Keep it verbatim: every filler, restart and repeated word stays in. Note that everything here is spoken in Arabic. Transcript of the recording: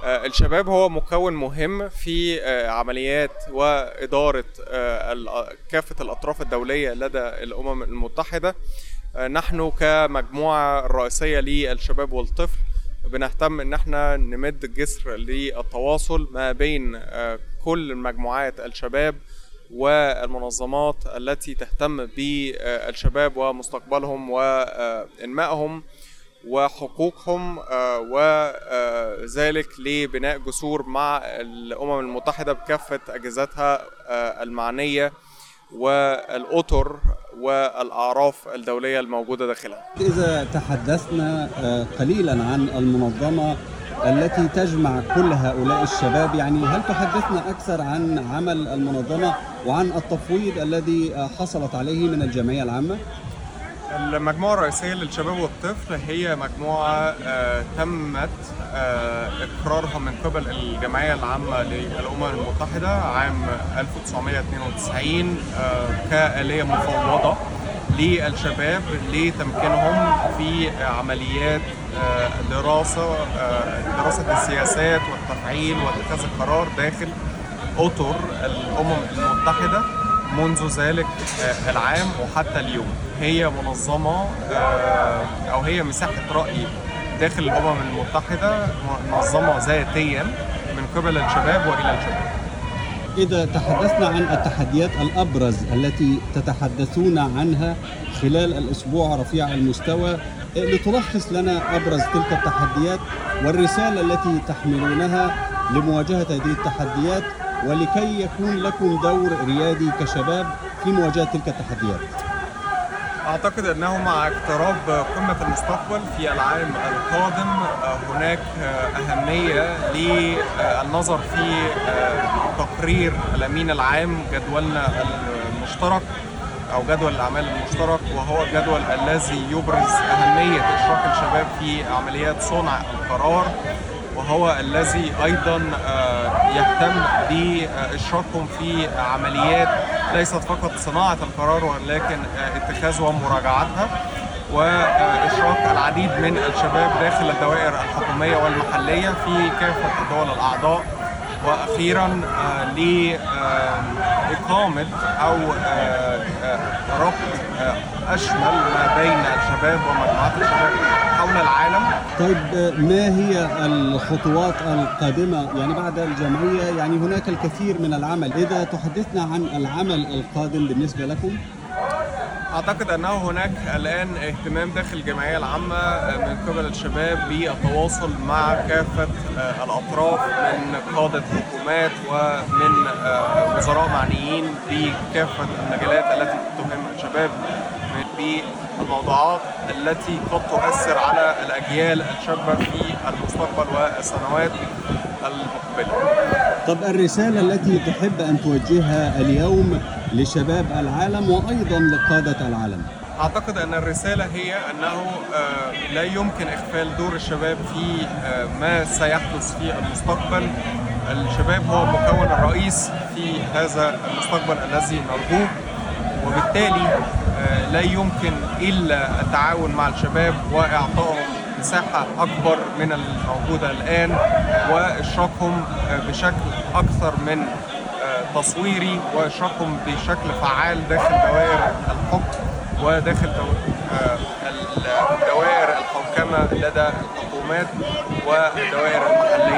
الشباب هو مكون مهم في عمليات وإدارة كافة الأطراف الدولية لدى الأمم المتحدة. نحن كمجموعة رئيسية للشباب والطفل بنهتم ان احنا نمد جسر للتواصل ما بين كل مجموعات الشباب والمنظمات التي تهتم بالشباب ومستقبلهم وإنمائهم وحقوقهم، وذلك لبناء جسور مع الأمم المتحدة بكافة أجهزتها المعنية والأطر والأعراف الدولية الموجودة داخلها. إذا تحدثنا قليلا عن المنظمة التي تجمع كل هؤلاء الشباب، يعني هل تحدثنا أكثر عن عمل المنظمة وعن التفويض الذي حصلت عليه من الجمعية العامة؟ المجموعة الرئيسية للشباب والطفل هي مجموعة آه تمت آه إقرارها من قبل الجمعية العامة للأمم المتحدة عام ألف وتسعمائة واثنين وتسعين آه كآلية مفوضة للشباب لتمكينهم في عمليات آه دراسة آه دراسة السياسات والتفعيل واتخاذ القرار داخل أطر الأمم المتحدة منذ ذلك العام وحتى اليوم. هي منظمة أو هي مساحة رأي داخل الأمم المتحدة، منظمة ذاتيا من قبل الشباب وإلى الشباب. إذا تحدثنا عن التحديات الأبرز التي تتحدثون عنها خلال الأسبوع رفيع المستوى، لتلخص لنا أبرز تلك التحديات والرسالة التي تحملونها لمواجهة هذه التحديات ولكي يكون لكم دور ريادي كشباب في مواجهة تلك التحديات. أعتقد أنه مع اقتراب قمة المستقبل في العام القادم هناك أهمية للنظر في تقرير الأمين العام جدولنا المشترك أو جدول الأعمال المشترك، وهو الجدول الذي يبرز أهمية إشراك الشباب في عمليات صنع القرار، وهو الذي أيضا يهتم بإشراكهم في عمليات ليست فقط صناعة القرار ولكن اتخاذها ومراجعتها، وإشراك العديد من الشباب داخل الدوائر الحكومية والمحلية في كافة الدول الأعضاء، وأخيرا لإقامة أو ربط أشمل ما بين الشباب ومجموعات الشباب حول العالم. طيب، ما هي الخطوات القادمة يعني بعد الجمعية؟ يعني هناك الكثير من العمل، إذا تحدثنا عن العمل القادم بالنسبة لكم. أعتقد أنه هناك الآن اهتمام داخل الجمعية العامة من قبل الشباب بالتواصل مع كافة الأطراف من قادة حكومات ومن وزراء معنيين بكافة المجالات التي تهم الشباب بالموضوعات التي قد تؤثر على الأجيال الشابة في المستقبل والسنوات المقبلة. طب الرسالة التي تحب أن توجهها اليوم لشباب العالم وأيضا لقادة العالم؟ أعتقد أن الرسالة هي أنه لا يمكن إغفال دور الشباب في ما سيحدث في المستقبل. الشباب هو المكون الرئيس في هذا المستقبل الذي نرجوه، وبالتالي لا يمكن إلا التعاون مع الشباب وإعطائهم مساحة أكبر من الموجودة الآن، وإشراكهم بشكل أكثر من تصويري، وإشراكهم بشكل فعال داخل دوائر الحكم وداخل دوائر الحوكمة لدى الحكومات والدوائر المحلية.